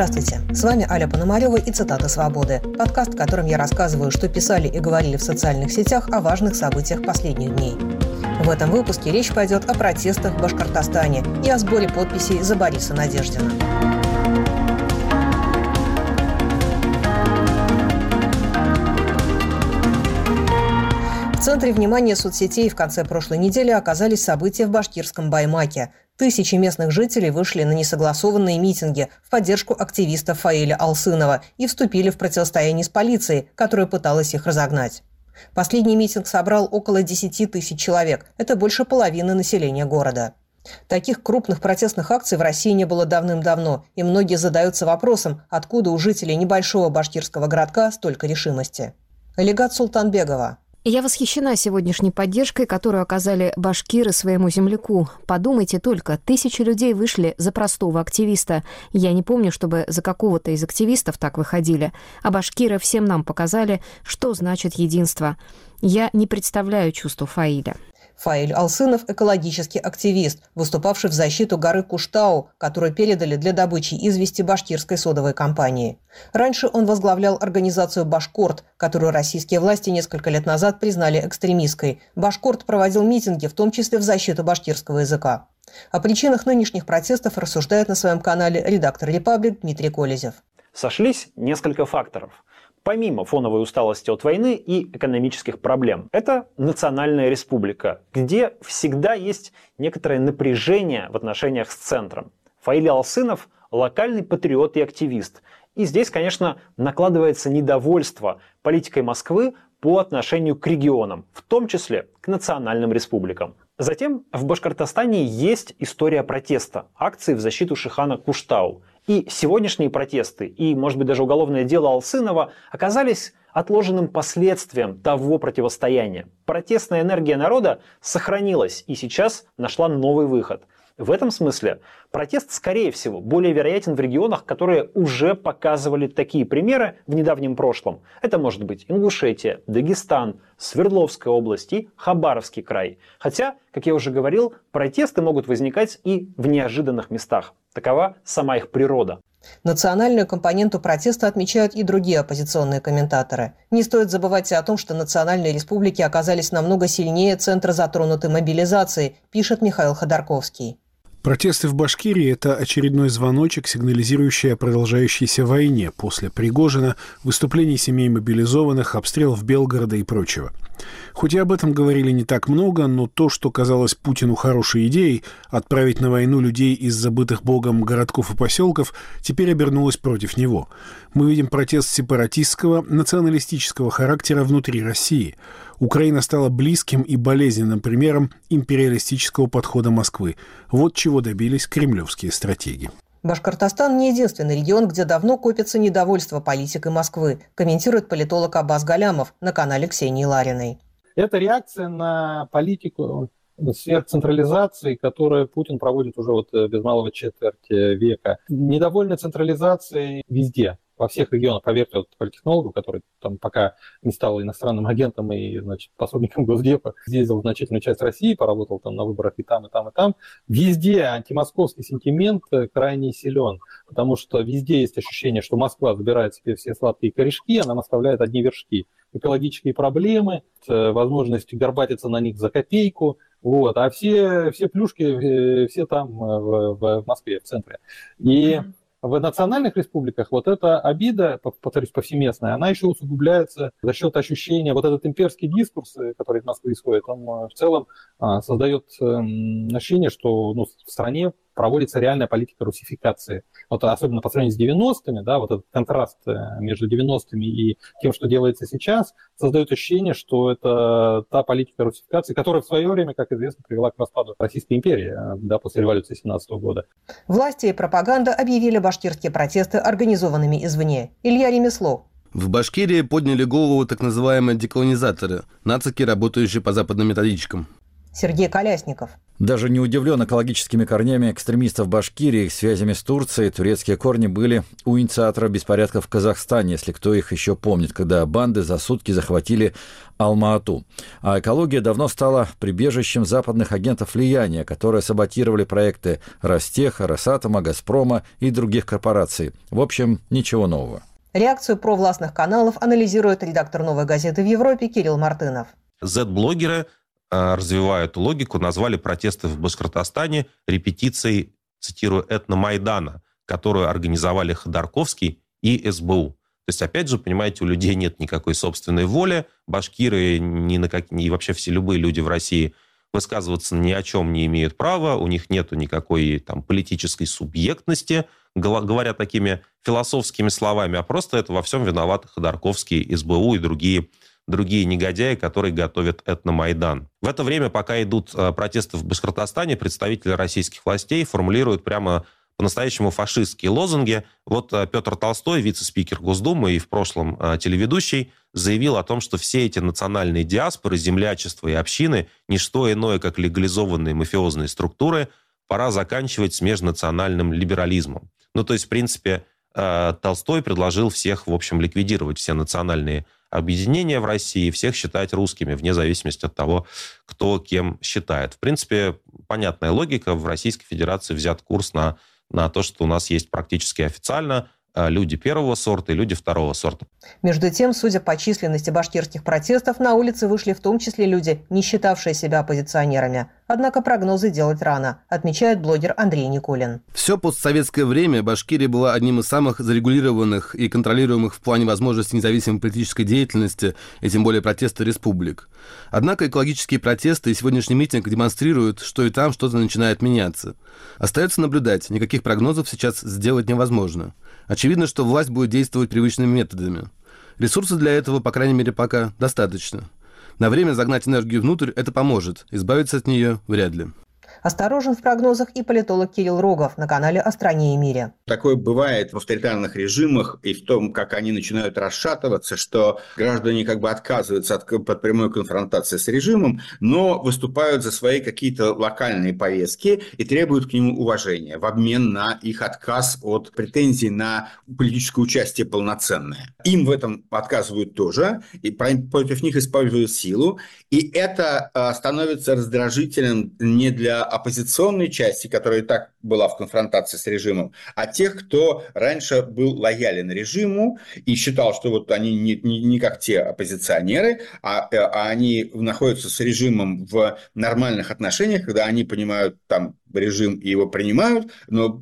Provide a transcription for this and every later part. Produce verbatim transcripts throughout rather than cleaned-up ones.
Здравствуйте, с вами Аля Пономарева и «Цитаты свободы», подкаст, в котором я рассказываю, что писали и говорили в социальных сетях о важных событиях последних дней. В этом выпуске речь пойдет о протестах в Башкортостане и о сборе подписей за Бориса Надеждина. В центре внимания соцсетей в конце прошлой недели оказались события в башкирском Баймаке. Тысячи местных жителей вышли на несогласованные митинги в поддержку активиста Фаиля Алсынова и вступили в противостояние с полицией, которая пыталась их разогнать. Последний митинг собрал около десяти тысяч человек. Это больше половины населения города. Таких крупных протестных акций в России не было давным-давно, и многие задаются вопросом, откуда у жителей небольшого башкирского городка столько решимости. Алигат Султанбегова. Я восхищена сегодняшней поддержкой, которую оказали башкиры своему земляку. Подумайте только, тысячи людей вышли за простого активиста. Я не помню, чтобы за какого-то из активистов так выходили. А башкиры всем нам показали, что значит единство. Я не представляю чувства Фаиля. Фаиль Алсынов – экологический активист, выступавший в защиту горы Куштау, которую передали для добычи извести башкирской содовой компании. Раньше он возглавлял организацию «Башкорт», которую российские власти несколько лет назад признали экстремистской. «Башкорт» проводил митинги, в том числе в защиту башкирского языка. О причинах нынешних протестов рассуждает на своем канале редактор «Репаблик» Дмитрий Колезев. Сошлись несколько факторов. Помимо фоновой усталости от войны и экономических проблем. Это национальная республика, где всегда есть некоторое напряжение в отношениях с центром. Фаиль Алсынов – локальный патриот и активист. И здесь, конечно, накладывается недовольство политикой Москвы по отношению к регионам, в том числе к национальным республикам. Затем в Башкортостане есть история протеста, акции в защиту Шихана Куштау. И сегодняшние протесты, и, может быть, даже уголовное дело Алсынова оказались отложенным последствием того противостояния. Протестная энергия народа сохранилась и сейчас нашла новый выход. В этом смысле протест, скорее всего, более вероятен в регионах, которые уже показывали такие примеры в недавнем прошлом. Это может быть Ингушетия, Дагестан, Свердловская область и Хабаровский край. Хотя, как я уже говорил, протесты могут возникать и в неожиданных местах. Такова сама их природа. Национальную компоненту протеста отмечают и другие оппозиционные комментаторы. Не стоит забывать и о том, что национальные республики оказались намного сильнее центра затронутой мобилизации, пишет Михаил Ходорковский. Протесты в Башкирии – это очередной звоночек, сигнализирующий о продолжающейся войне после Пригожина, выступлений семей мобилизованных, обстрелов Белгорода и прочего. Хоть и об этом говорили не так много, но то, что казалось Путину хорошей идеей – отправить на войну людей из забытых Богом городков и поселков, теперь обернулось против него. Мы видим протест сепаратистского, националистического характера внутри России. Украина стала близким и болезненным примером империалистического подхода Москвы. Вот чего добились кремлевские стратеги. Башкортостан не единственный регион, где давно копится недовольство политикой Москвы, комментирует политолог Аббас Галямов на канале Ксении Лариной. Это реакция на политику сверхцентрализации, которую Путин проводит уже вот без малого четверть века. Недовольны централизацией везде. Во всех регионах, поверьте, вот политтехнологу, который там пока не стал иностранным агентом и, значит, пособником Госдепа, съездил в значительную часть России, поработал там на выборах и там, и там, и там. Везде антимосковский сентимент крайне силен, потому что везде есть ощущение, что Москва забирает себе все сладкие корешки, а нам оставляет одни вершки. Экологические проблемы, возможность горбатиться на них за копейку, вот, а все, все плюшки, все там в, в Москве, в центре. И в национальных республиках вот эта обида, повторюсь, повсеместная, она еще усугубляется за счет ощущения, вот этот имперский дискурс, который из Москвы исходит, он в целом создает ощущение, что ну, в стране проводится реальная политика русификации. Вот особенно по сравнению с девяностыми, да, вот этот контраст между девяностыми и тем, что делается сейчас, создает ощущение, что это та политика русификации, которая в свое время, как известно, привела к распаду Российской империи, да, после революции семнадцатого года. Власти и пропаганда объявили башкирские протесты организованными извне. Илья Ремеслов. В Башкирии подняли голову так называемые деколонизаторы, нацики, работающие по западным методичкам. Сергей Колясников. Даже не удивлен экологическими корнями экстремистов Башкирии, их связями с Турцией, турецкие корни были у инициатора беспорядков в Казахстане, если кто их еще помнит, когда банды за сутки захватили Алма-Ату. А экология давно стала прибежищем западных агентов влияния, которые саботировали проекты Ростеха, Росатома, Газпрома и других корпораций. В общем, ничего нового. Реакцию провластных каналов анализирует редактор «Новой газеты» в Европе Кирилл Мартынов. Зет-блогеры развивая эту логику, назвали протесты в Башкортостане репетицией, цитирую, этномайдана, которую организовали Ходорковский и эс бэ у. То есть, опять же, понимаете, у людей нет никакой собственной воли. Башкиры ни на как... и вообще все любые люди в России высказываться ни о чем не имеют права, у них нет никакой там политической субъектности, говоря такими философскими словами, а просто это во всем виноваты Ходорковский, эс бэ у и другие другие негодяи, которые готовят этномайдан. В это время, пока идут протесты в Башкортостане, представители российских властей формулируют прямо по-настоящему фашистские лозунги. Вот Петр Толстой, вице-спикер Госдумы и в прошлом телеведущий, заявил о том, что все эти национальные диаспоры, землячества и общины – не что иное, как легализованные мафиозные структуры, пора заканчивать с межнациональным либерализмом. Ну, то есть, в принципе, Толстой предложил всех, в общем, ликвидировать все национальные объединения в России, всех считать русскими, вне зависимости от того, кто кем считает. В принципе, понятная логика. В Российской Федерации взят курс на, на то, что у нас есть практически официально люди первого сорта и люди второго сорта. Между тем, судя по численности башкирских протестов, на улицы вышли в том числе люди, не считавшие себя оппозиционерами. Однако прогнозы делать рано, отмечает блогер Андрей Никулин. Все постсоветское время Башкирия была одним из самых зарегулированных и контролируемых в плане возможности независимой политической деятельности, и тем более протеста республик. Однако экологические протесты и сегодняшний митинг демонстрируют, что и там что-то начинает меняться. Остается наблюдать, никаких прогнозов сейчас сделать невозможно. Очевидно, что власть будет действовать привычными методами. Ресурсов для этого, по крайней мере, пока достаточно. На время загнать энергию внутрь – это поможет, избавиться от нее вряд ли. Осторожен в прогнозах и политолог Кирилл Рогов на канале «О стране и мире». Такое бывает в авторитарных режимах и в том, как они начинают расшатываться, что граждане как бы отказываются от, от прямой конфронтации с режимом, но выступают за свои какие-то локальные повестки и требуют к нему уважения в обмен на их отказ от претензий на политическое участие полноценное. Им в этом отказывают тоже, и против них используют силу, и это становится раздражителем не для оппозиционной части, которая и так была в конфронтации с режимом, а тех, кто раньше был лоялен режиму и считал, что вот они не, не, не как те оппозиционеры, а, а они находятся с режимом в нормальных отношениях, когда они понимают там режим и его принимают, но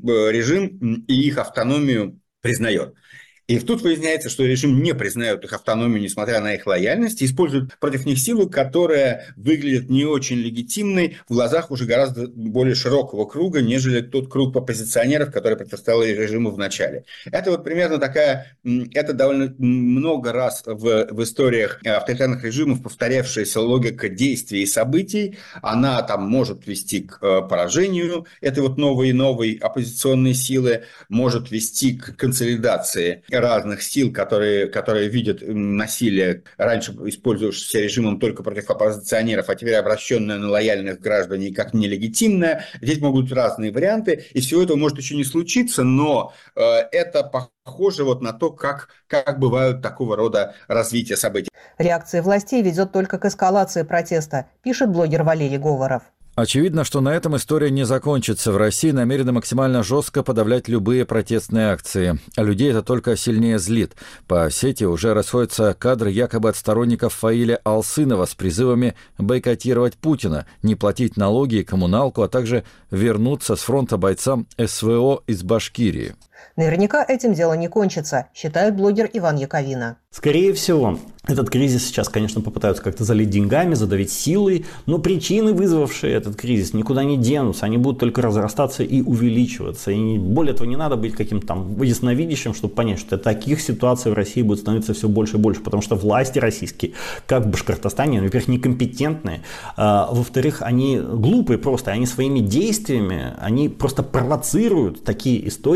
режим и их автономию признает. И тут выясняется, что режим не признает их автономию, несмотря на их лояльность, и использует против них силу, которая выглядит не очень легитимной в глазах уже гораздо более широкого круга, нежели тот круг оппозиционеров, который противостоял режиму в начале. Это вот примерно такая, это довольно много раз в, в историях авторитарных режимов повторявшаяся логика действий и событий. Она там может вести к поражению этой вот новой и новой оппозиционной силы, может вести к консолидации разных сил, которые, которые видят насилие, раньше использовавшееся режимом только против оппозиционеров, а теперь обращенное на лояльных граждан как нелегитимное. Здесь могут быть разные варианты, и всего этого может еще не случиться, но э, это похоже вот на то, как, как бывают такого рода развития событий. Реакция властей ведет только к эскалации протеста, пишет блогер Валерий Говоров. Очевидно, что на этом история не закончится. В России намерены максимально жестко подавлять любые протестные акции. А людей это только сильнее злит. По сети уже расходятся кадры якобы от сторонников Фаиля Алсынова с призывами бойкотировать Путина, не платить налоги и коммуналку, а также вернуться с фронта бойцам эс вэ о из Башкирии. Наверняка этим дело не кончится, считает блогер Иван Яковина. Скорее всего, этот кризис сейчас, конечно, попытаются как-то залить деньгами, задавить силой, но причины, вызвавшие этот кризис, никуда не денутся, они будут только разрастаться и увеличиваться. И более того, не надо быть каким-то там ясновидящим, чтобы понять, что таких ситуаций в России будет становиться все больше и больше, потому что власти российские, как в Башкортостане, во-первых, некомпетентные, а, во-вторых, они глупые просто, они своими действиями, они просто провоцируют такие истории и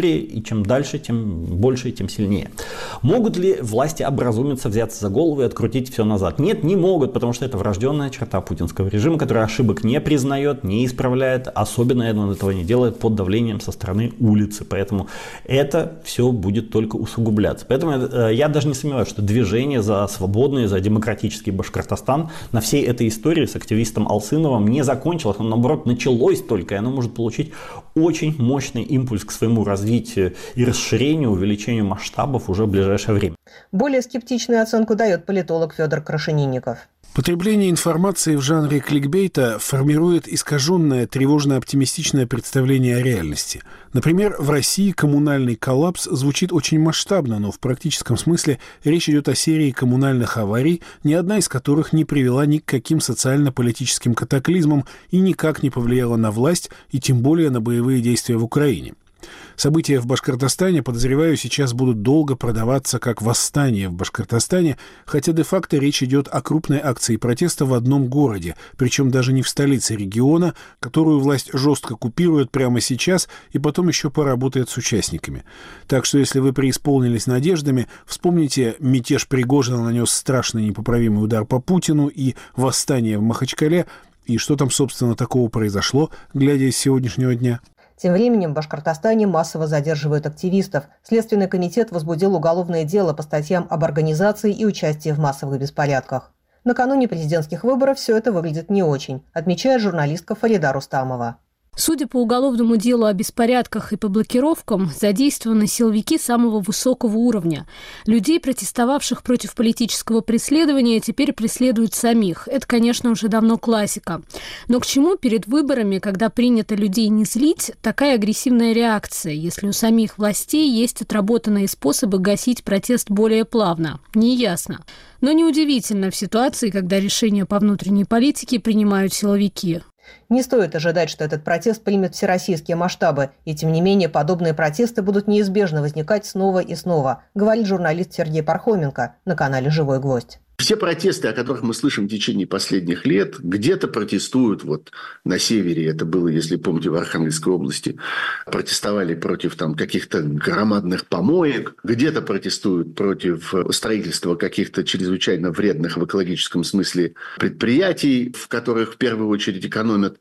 чем дальше, тем больше и тем сильнее. Могут ли власти образумиться, взяться за голову и открутить все назад? Нет, не могут, потому что это врожденная черта путинского режима, который ошибок не признает, не исправляет, особенно он этого не делает под давлением со стороны улицы. Поэтому это все будет только усугубляться. Поэтому я даже не сомневаюсь, что движение за свободный, за демократический Башкортостан на всей этой истории с активистом Алсыновым не закончилось, оно наоборот началось только, и оно может получить очень мощный импульс к своему развитию и расширению, увеличению масштабов уже в ближайшее время. Более скептичную оценку дает политолог Федор Крашенинников. Потребление информации в жанре кликбейта формирует искаженное, тревожно-оптимистичное представление о реальности. Например, в России коммунальный коллапс звучит очень масштабно, но в практическом смысле речь идет о серии коммунальных аварий, ни одна из которых не привела ни к каким социально-политическим катаклизмам и никак не повлияла на власть и тем более на боевые действия в Украине. События в Башкортостане, подозреваю, сейчас будут долго продаваться как восстание в Башкортостане, хотя де-факто речь идет о крупной акции протеста в одном городе, причем даже не в столице региона, которую власть жестко купирует прямо сейчас и потом еще поработает с участниками. Так что если вы преисполнились надеждами, вспомните, мятеж Пригожина нанес страшный непоправимый удар по Путину и восстание в Махачкале, и что там, собственно, такого произошло, глядя из сегодняшнего дня. Тем временем в Башкортостане массово задерживают активистов. Следственный комитет возбудил уголовное дело по статьям об организации и участии в массовых беспорядках. Накануне президентских выборов все это выглядит не очень, отмечает журналистка Фарида Рустамова. Судя по уголовному делу о беспорядках и по блокировкам, задействованы силовики самого высокого уровня. Людей, протестовавших против политического преследования, теперь преследуют самих. Это, конечно, уже давно классика. Но к чему перед выборами, когда принято людей не злить, такая агрессивная реакция, если у самих властей есть отработанные способы гасить протест более плавно? Неясно. Но неудивительно в ситуации, когда решения по внутренней политике принимают силовики. Не стоит ожидать, что этот протест примет всероссийские масштабы, и тем не менее подобные протесты будут неизбежно возникать снова и снова, говорит журналист Сергей Пархоменко на канале «Живой гвоздь». Все протесты, о которых мы слышим в течение последних лет, где-то протестуют. Вот на севере это было, если помните, в Архангельской области, протестовали против там, каких-то громадных помоек, где-то протестуют против строительства каких-то чрезвычайно вредных в экологическом смысле предприятий, в которых в первую очередь экономят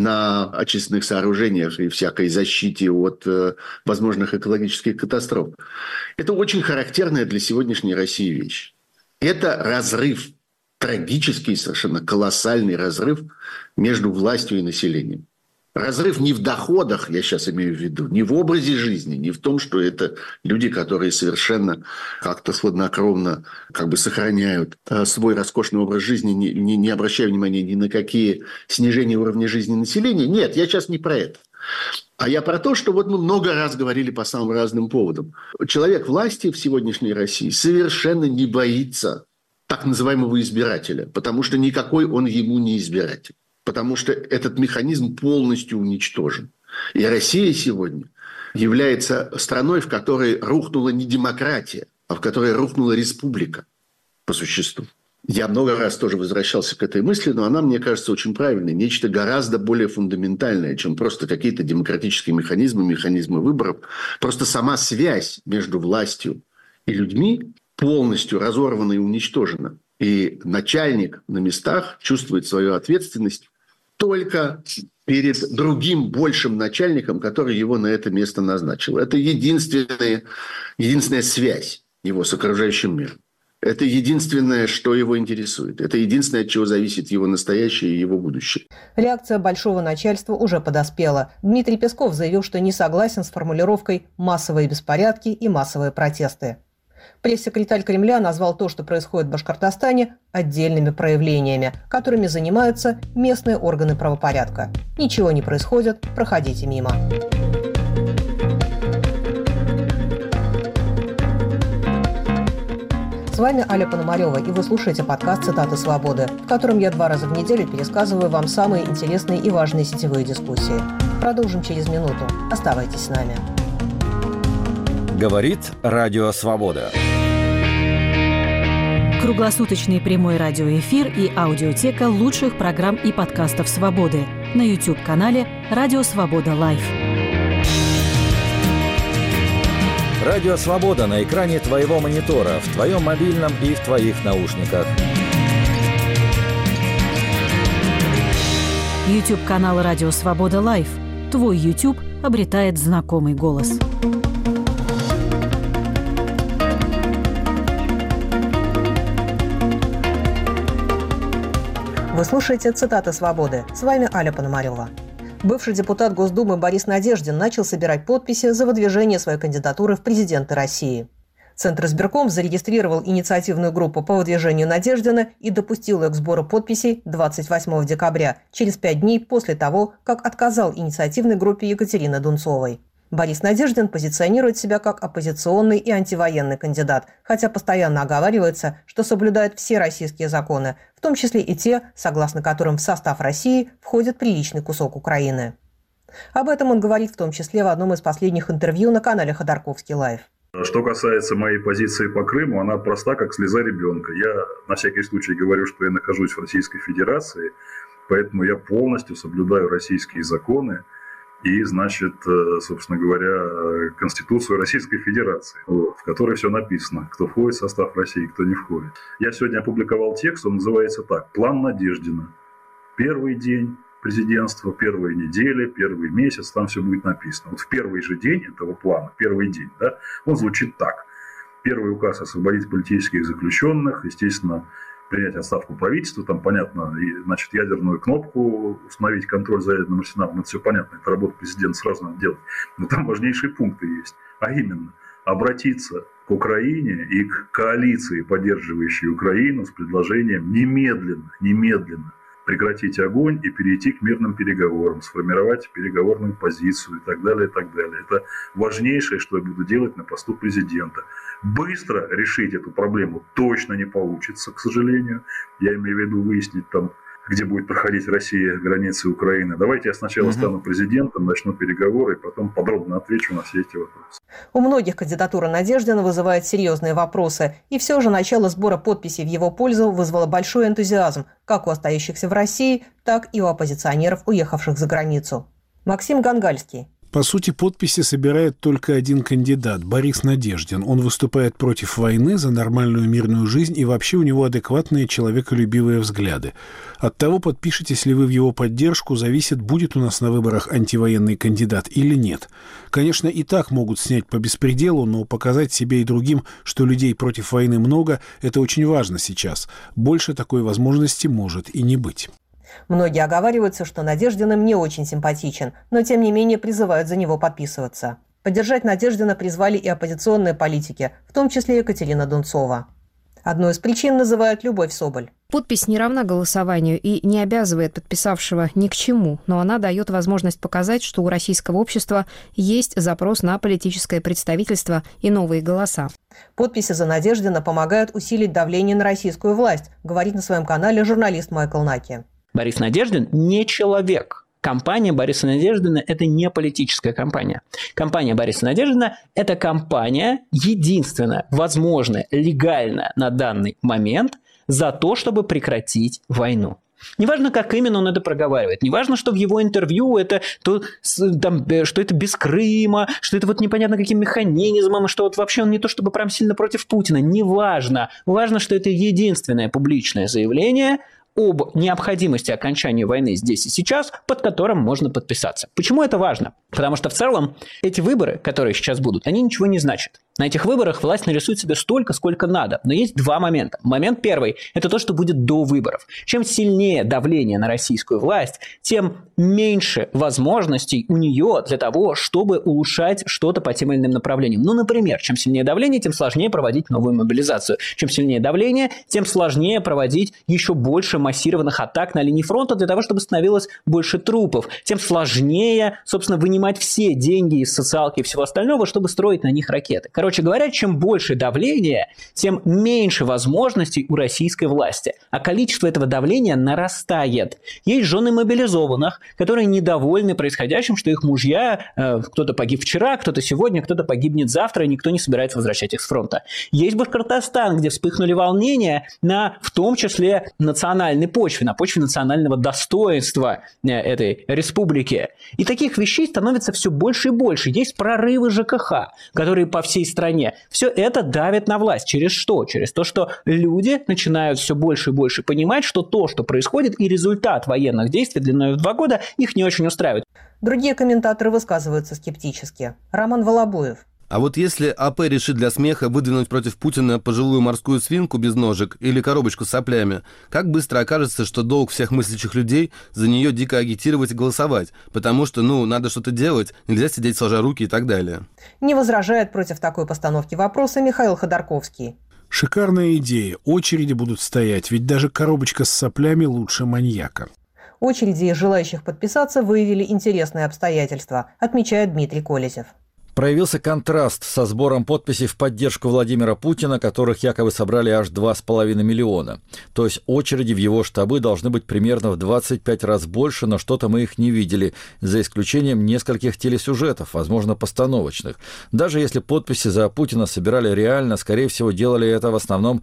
на очистных сооружениях и всякой защите от э, возможных экологических катастроф. Это очень характерная для сегодняшней России вещь. Это разрыв, трагический совершенно, колоссальный разрыв между властью и населением. Разрыв не в доходах, я сейчас имею в виду, не в образе жизни, не в том, что это люди, которые совершенно как-то хладнокровно как бы сохраняют свой роскошный образ жизни, не, не, не обращая внимания ни на какие снижения уровня жизни населения. Нет, я сейчас не про это. А я про то, что вот мы много раз говорили по самым разным поводам. Человек власти в сегодняшней России совершенно не боится так называемого избирателя, потому что никакой он ему не избиратель. Потому что этот механизм полностью уничтожен. И Россия сегодня является страной, в которой рухнула не демократия, а в которой рухнула республика по существу. Я много раз тоже возвращался к этой мысли, но она, мне кажется, очень правильной. Нечто гораздо более фундаментальное, чем просто какие-то демократические механизмы, механизмы выборов. Просто сама связь между властью и людьми полностью разорвана и уничтожена. И начальник на местах чувствует свою ответственность только перед другим большим начальником, который его на это место назначил. Это единственная, единственная связь его с окружающим миром. Это единственное, что его интересует. Это единственное, от чего зависит его настоящее и его будущее. Реакция большого начальства уже подоспела. Дмитрий Песков заявил, что не согласен с формулировкой «массовые беспорядки и массовые протесты». Пресс-секретарь Кремля назвал то, что происходит в Башкортостане, отдельными проявлениями, которыми занимаются местные органы правопорядка. Ничего не происходит, проходите мимо. С вами Аля Пономарева, и вы слушаете подкаст «Цитаты свободы», в котором я два раза в неделю пересказываю вам самые интересные и важные сетевые дискуссии. Продолжим через минуту. Оставайтесь с нами. Говорит Радио Свобода. Круглосуточный прямой радиоэфир и аудиотека лучших программ и подкастов «Свободы» на YouTube-канале «Радио Свобода Лайв». Радио «Свобода» на экране твоего монитора, в твоем мобильном и в твоих наушниках. YouTube-канал «Радио Свобода Лайв». Твой YouTube обретает знакомый голос. Вы слушаете «Цитаты свободы». С вами Аля Пономарева. Бывший депутат Госдумы Борис Надеждин начал собирать подписи за выдвижение своей кандидатуры в президенты России. Центр избирком зарегистрировал инициативную группу по выдвижению Надеждина и допустил ее к сбору подписей двадцать восьмого декабря, через пять дней после того, как отказал инициативной группе Екатерины Дунцовой. Борис Надеждин позиционирует себя как оппозиционный и антивоенный кандидат, хотя постоянно оговаривается, что соблюдает все российские законы, в том числе и те, согласно которым в состав России входит приличный кусок Украины. Об этом он говорит в том числе в одном из последних интервью на канале Ходорковский Лайв. Что касается моей позиции по Крыму, она проста, как слеза ребенка. Я на всякий случай говорю, что я нахожусь в Российской Федерации, поэтому я полностью соблюдаю российские законы и, значит, собственно говоря, Конституцию Российской Федерации, в которой все написано, кто входит в состав России, кто не входит. Я сегодня опубликовал текст, он называется так: «План Надеждина. Первый день президентства, первые недели, первый месяц», там все будет написано. Вот в первый же день этого плана, первый день, да, он звучит так. Первый указ — освободить политических заключенных, естественно, принять отставку правительства, там понятно, и, значит, ядерную кнопку, установить контроль за ядерным арсеналом, это все понятно, это работа президента, сразу надо делать. Но там важнейшие пункты есть, а именно обратиться к Украине и к коалиции, поддерживающей Украину, с предложением немедленно, немедленно прекратить огонь и перейти к мирным переговорам, сформировать переговорную позицию и так далее, и так далее. Это важнейшее, что я буду делать на посту президента. Быстро решить эту проблему точно не получится, к сожалению. Я имею в виду выяснить там, где будет проходить Россия границы Украины. Давайте я сначала стану президентом, начну переговоры, и потом подробно отвечу на все эти вопросы. У многих кандидатура Надеждина вызывает серьезные вопросы, и все же начало сбора подписей в его пользу вызвало большой энтузиазм как у остающихся в России, так и у оппозиционеров, уехавших за границу. Максим Гангальский. По сути, подписи собирает только один кандидат – Борис Надеждин. Он выступает против войны, за нормальную мирную жизнь, и вообще у него адекватные человеколюбивые взгляды. От того, подпишетесь ли вы в его поддержку, зависит, будет у нас на выборах антивоенный кандидат или нет. Конечно, и так могут снять по беспределу, но показать себе и другим, что людей против войны много, это очень важно сейчас. Больше такой возможности может и не быть. Многие оговариваются, что Надеждин им не очень симпатичен, но тем не менее призывают за него подписываться. Поддержать Надеждина призвали и оппозиционные политики, в том числе Екатерина Дунцова. Одной из причин называют Любовь Соболь. Подпись не равна голосованию и не обязывает подписавшего ни к чему, но она дает возможность показать, что у российского общества есть запрос на политическое представительство и новые голоса. Подписи за Надеждина помогают усилить давление на российскую власть, говорит на своем канале журналист Майкл Наки. Борис Надеждин не человек. Компания Бориса Надеждина – это не политическая компания. Компания Бориса Надеждина – это компания, единственная, возможная, легальная на данный момент за то, чтобы прекратить войну. Неважно, как именно он это проговаривает, неважно, что в его интервью это, то, там, что это без Крыма, что это вот непонятно каким механизмом, что вот вообще он не то чтобы прям сильно против Путина, неважно. Важно, что это единственное публичное заявление об необходимости окончания войны здесь и сейчас, под которым можно подписаться. Почему это важно? Потому что в целом эти выборы, которые сейчас будут, они ничего не значат. На этих выборах власть нарисует себе столько, сколько надо. Но есть два момента. Момент первый – это то, что будет до выборов. Чем сильнее давление на российскую власть, тем меньше возможностей у нее для того, чтобы улучшать что-то по тем или иным направлениям. Ну, например, чем сильнее давление, тем сложнее проводить новую мобилизацию. Чем сильнее давление, тем сложнее проводить еще больше массированных атак на линии фронта для того, чтобы становилось больше трупов. Тем сложнее, собственно, вынимать все деньги из социалки и всего остального, чтобы строить на них ракеты. Короче, Короче говоря, чем больше давления, тем меньше возможностей у российской власти. А количество этого давления нарастает. Есть жены мобилизованных, которые недовольны происходящим, что их мужья, э, кто-то погиб вчера, кто-то сегодня, кто-то погибнет завтра, и никто не собирается возвращать их с фронта. Есть Башкортостан, где вспыхнули волнения на, в том числе, национальной почве, на почве национального достоинства э, этой республики. И таких вещей становится все больше и больше. Есть прорывы ЖКХ, которые по всей стране. Все это давит на власть. Через что? Через то, что люди начинают все больше и больше понимать, что то, что происходит, и результат военных действий длиной в два года их не очень устраивает. Другие комментаторы высказываются скептически. Роман Волобуев. А вот если АП решит для смеха выдвинуть против Путина пожилую морскую свинку без ножек или коробочку с соплями, как быстро окажется, что долг всех мыслящих людей за нее дико агитировать и голосовать, потому что, ну, надо что-то делать, нельзя сидеть сложа руки и так далее. Не возражает против такой постановки вопроса Михаил Ходорковский. Шикарная идея. Очереди будут стоять, ведь даже коробочка с соплями лучше маньяка. Очереди из желающих подписаться выявили интересные обстоятельства, отмечает Дмитрий Колезев. Проявился контраст со сбором подписей в поддержку Владимира Путина, которых якобы собрали аж два с половиной миллиона. То есть очереди в его штабы должны быть примерно в двадцать пять раз больше, но что-то мы их не видели, за исключением нескольких телесюжетов, возможно, постановочных. Даже если подписи за Путина собирали реально, скорее всего, делали это в основном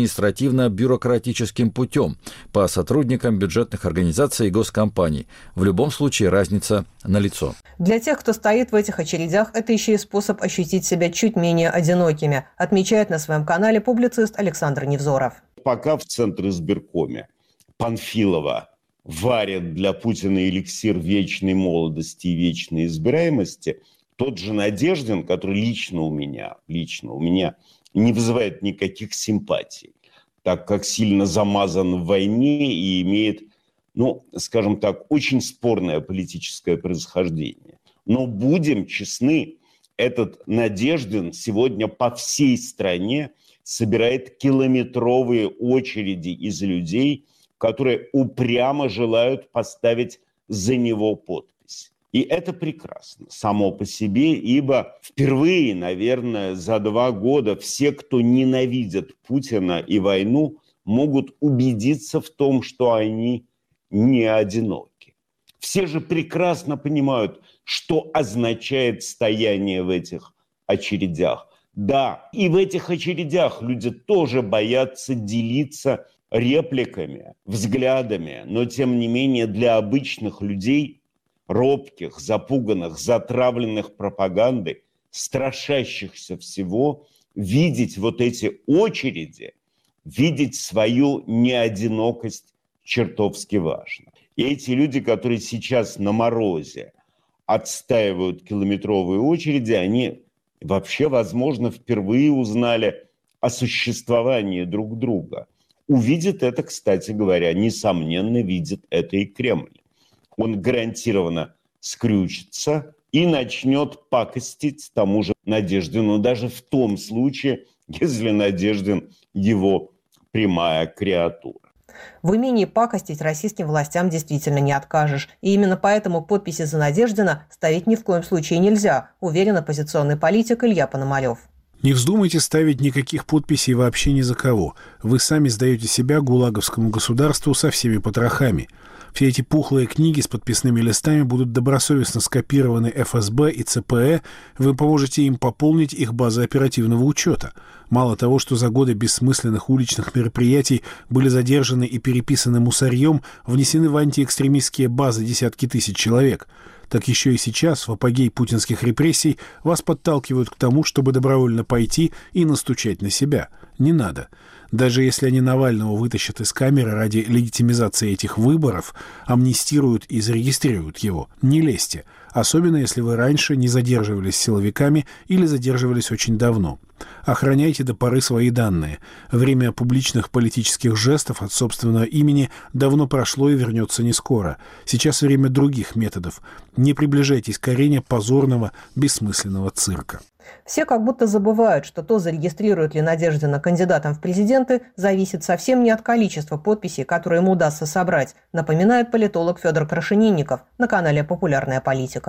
административно-бюрократическим путем, по сотрудникам бюджетных организаций и госкомпаний. В любом случае разница налицо. Для тех, кто стоит в этих очередях, это еще и способ ощутить себя чуть менее одинокими, отмечает на своем канале публицист Александр Невзоров. Пока в Центре избиркоме Панфилова варят для Путина эликсир вечной молодости и вечной избираемости, тот же Надеждин, который лично у меня, лично у меня не вызывает никаких симпатий, так как сильно замазан в войне и имеет, ну, скажем так, очень спорное политическое происхождение. Но будем честны, этот Надеждин сегодня по всей стране собирает километровые очереди из людей, которые упрямо желают поставить за него подпись. И это прекрасно само по себе, ибо впервые, наверное, за два года все, кто ненавидят Путина и войну, могут убедиться в том, что они не одиноки. Все же прекрасно понимают, что означает стояние в этих очередях. Да, и в этих очередях люди тоже боятся делиться репликами, взглядами, но тем не менее для обычных людей, робких, запуганных, затравленных пропагандой, страшащихся всего, видеть вот эти очереди, видеть свою неодинокость чертовски важно. И эти люди, которые сейчас на морозе отстаивают километровые очереди, они вообще, возможно, впервые узнали о существовании друг друга. Увидит это, кстати говоря, несомненно, видит это и Кремль. Он гарантированно скрючится и начнет пакостить тому же Надеждину, даже в том случае, если Надеждин его прямая креатура. В умении пакостить российским властям действительно не откажешь. И именно поэтому подписи за Надеждина ставить ни в коем случае нельзя, уверен оппозиционный политик Илья Пономарев. Не вздумайте ставить никаких подписей вообще ни за кого. Вы сами сдаете себя гулаговскому государству со всеми потрохами. Все эти пухлые книги с подписными листами будут добросовестно скопированы эф эс бэ и цэ пэ э, вы поможете им пополнить их базы оперативного учета. Мало того, что за годы бессмысленных уличных мероприятий были задержаны и переписаны мусорьем, внесены в антиэкстремистские базы десятки тысяч человек, так еще и сейчас, в апогей путинских репрессий, вас подталкивают к тому, чтобы добровольно пойти и настучать на себя. Не надо. Даже если они Навального вытащат из камеры ради легитимизации этих выборов, амнистируют и зарегистрируют его, не лезьте, особенно если вы раньше не задерживались силовиками или задерживались очень давно. Охраняйте до поры свои данные. Время публичных политических жестов от собственного имени давно прошло и вернется не скоро. Сейчас время других методов. Не приближайтесь к арене позорного, бессмысленного цирка. Все как будто забывают, что то, зарегистрируют ли Надеждина кандидатом в президенты, зависит совсем не от количества подписей, которые ему удастся собрать, напоминает политолог Федор Крашенинников на канале «Популярная политика».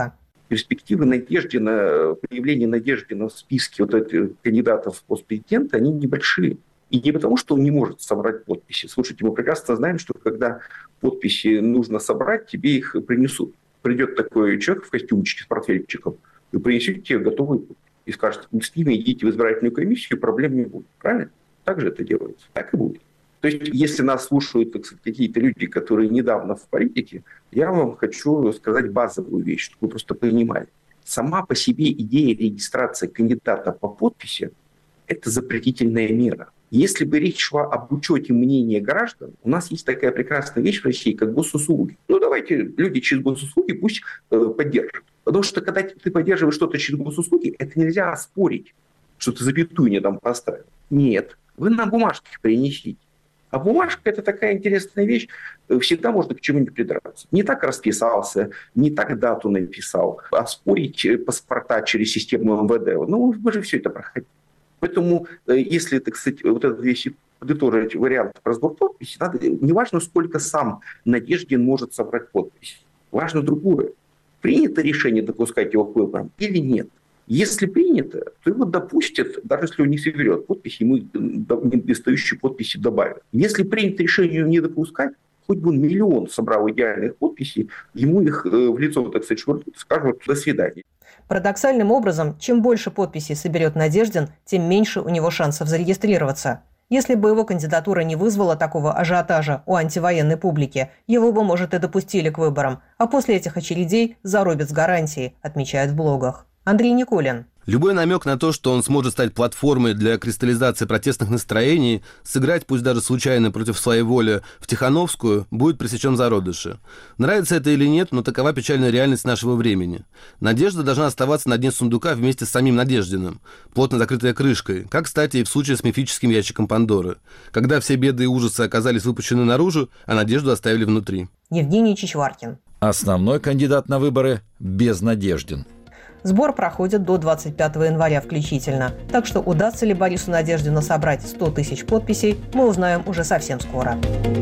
перспективы Надеждина, появление Надеждина в списке вот этих кандидатов в постпрезиденты, они небольшие. И не потому, что он не может собрать подписи. Слушайте, мы прекрасно знаем, что когда подписи нужно собрать, тебе их принесут. Придет такой человек в костюмчике с портфельчиком и принесет тебе готовый подпись. И скажет, с ними идите в избирательную комиссию, проблем не будет. Правильно? Так же это делается. Так и будет. То есть, если нас слушают, так сказать, какие-то люди, которые недавно в политике, я вам хочу сказать базовую вещь, чтобы вы просто понимали. Сама по себе идея регистрации кандидата по подписи – это запретительная мера. Если бы речь шла об учете мнения граждан, у нас есть такая прекрасная вещь в России, как госуслуги. Ну, давайте люди через госуслуги пусть э, поддержат. Потому что, когда ты поддерживаешь что-то через госуслуги, это нельзя оспорить, что ты запятую не там поставил. Нет, вы на бумажке принесите. А бумажка – это такая интересная вещь, всегда можно к чему-нибудь придраться. Не так расписался, не так дату написал, а спорить паспорта через систему эм вэ дэ. Ну, мы же все это проходили. Поэтому, если, так сказать, вот этот весь подытожить вариант про сбор подписей, надо, не важно, сколько сам Надеждин может собрать подписи. Важно другое. Принято решение допускать его к выборам или нет? Если принято, то его допустят, даже если он не соберет подписи, ему недостающие подписи добавят. Если принято решение не допускать, хоть бы он миллион собрал идеальных подписей, ему их в лицо, так сказать, швырнут, скажут «до свидания». Парадоксальным образом, чем больше подписей соберет Надеждин, тем меньше у него шансов зарегистрироваться. Если бы его кандидатура не вызвала такого ажиотажа у антивоенной публики, его бы, может, и допустили к выборам, а после этих очередей зарубят с гарантией, отмечают в блогах. Андрей Никулин. Любой намек на то, что он сможет стать платформой для кристаллизации протестных настроений, сыграть, пусть даже случайно против своей воли, в Тихановскую, будет пресечен в зародыше. Нравится это или нет, но такова печальная реальность нашего времени. Надежда должна оставаться на дне сундука вместе с самим Надеждиным, плотно закрытая крышкой, как, кстати, и в случае с мифическим ящиком Пандоры. Когда все беды и ужасы оказались выпущены наружу, а Надежду оставили внутри. Евгений Чичваркин. Основной кандидат на выборы – Безнадеждин. Сбор проходит до двадцать пятого января включительно. Так что удастся ли Борису Надеждину собрать сто тысяч подписей, мы узнаем уже совсем скоро.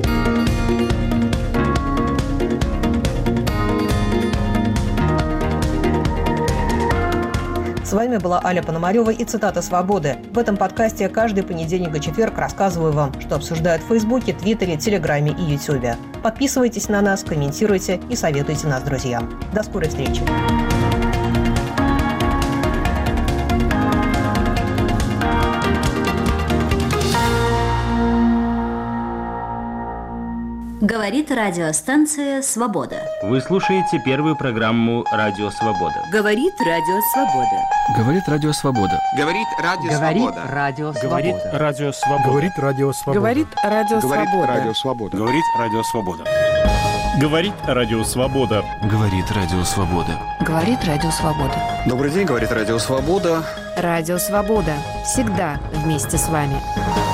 С вами была Аля Пономарева и цитата «Свободы». В этом подкасте я каждый понедельник и четверг рассказываю вам, что обсуждают в Фейсбуке, Твиттере, Телеграме и Ютубе. Подписывайтесь на нас, комментируйте и советуйте нас друзьям. До скорой встречи. Говорит радиостанция «Свобода». Вы слушаете первую программу «Радио Свобода». Говорит Радио Свобода. Говорит Радио Свобода. Говорит Радио Свобода. Говорит Радио Свобода. Говорит Радио Свобода. Говорит Радио Свобода. Говорит Радио Свобода. Говорит Радио Свобода. Говорит Радио Свобода. Говорит Радио Свобода. Добрый день, говорит Радио Свобода. Радио Свобода. Всегда вместе с вами.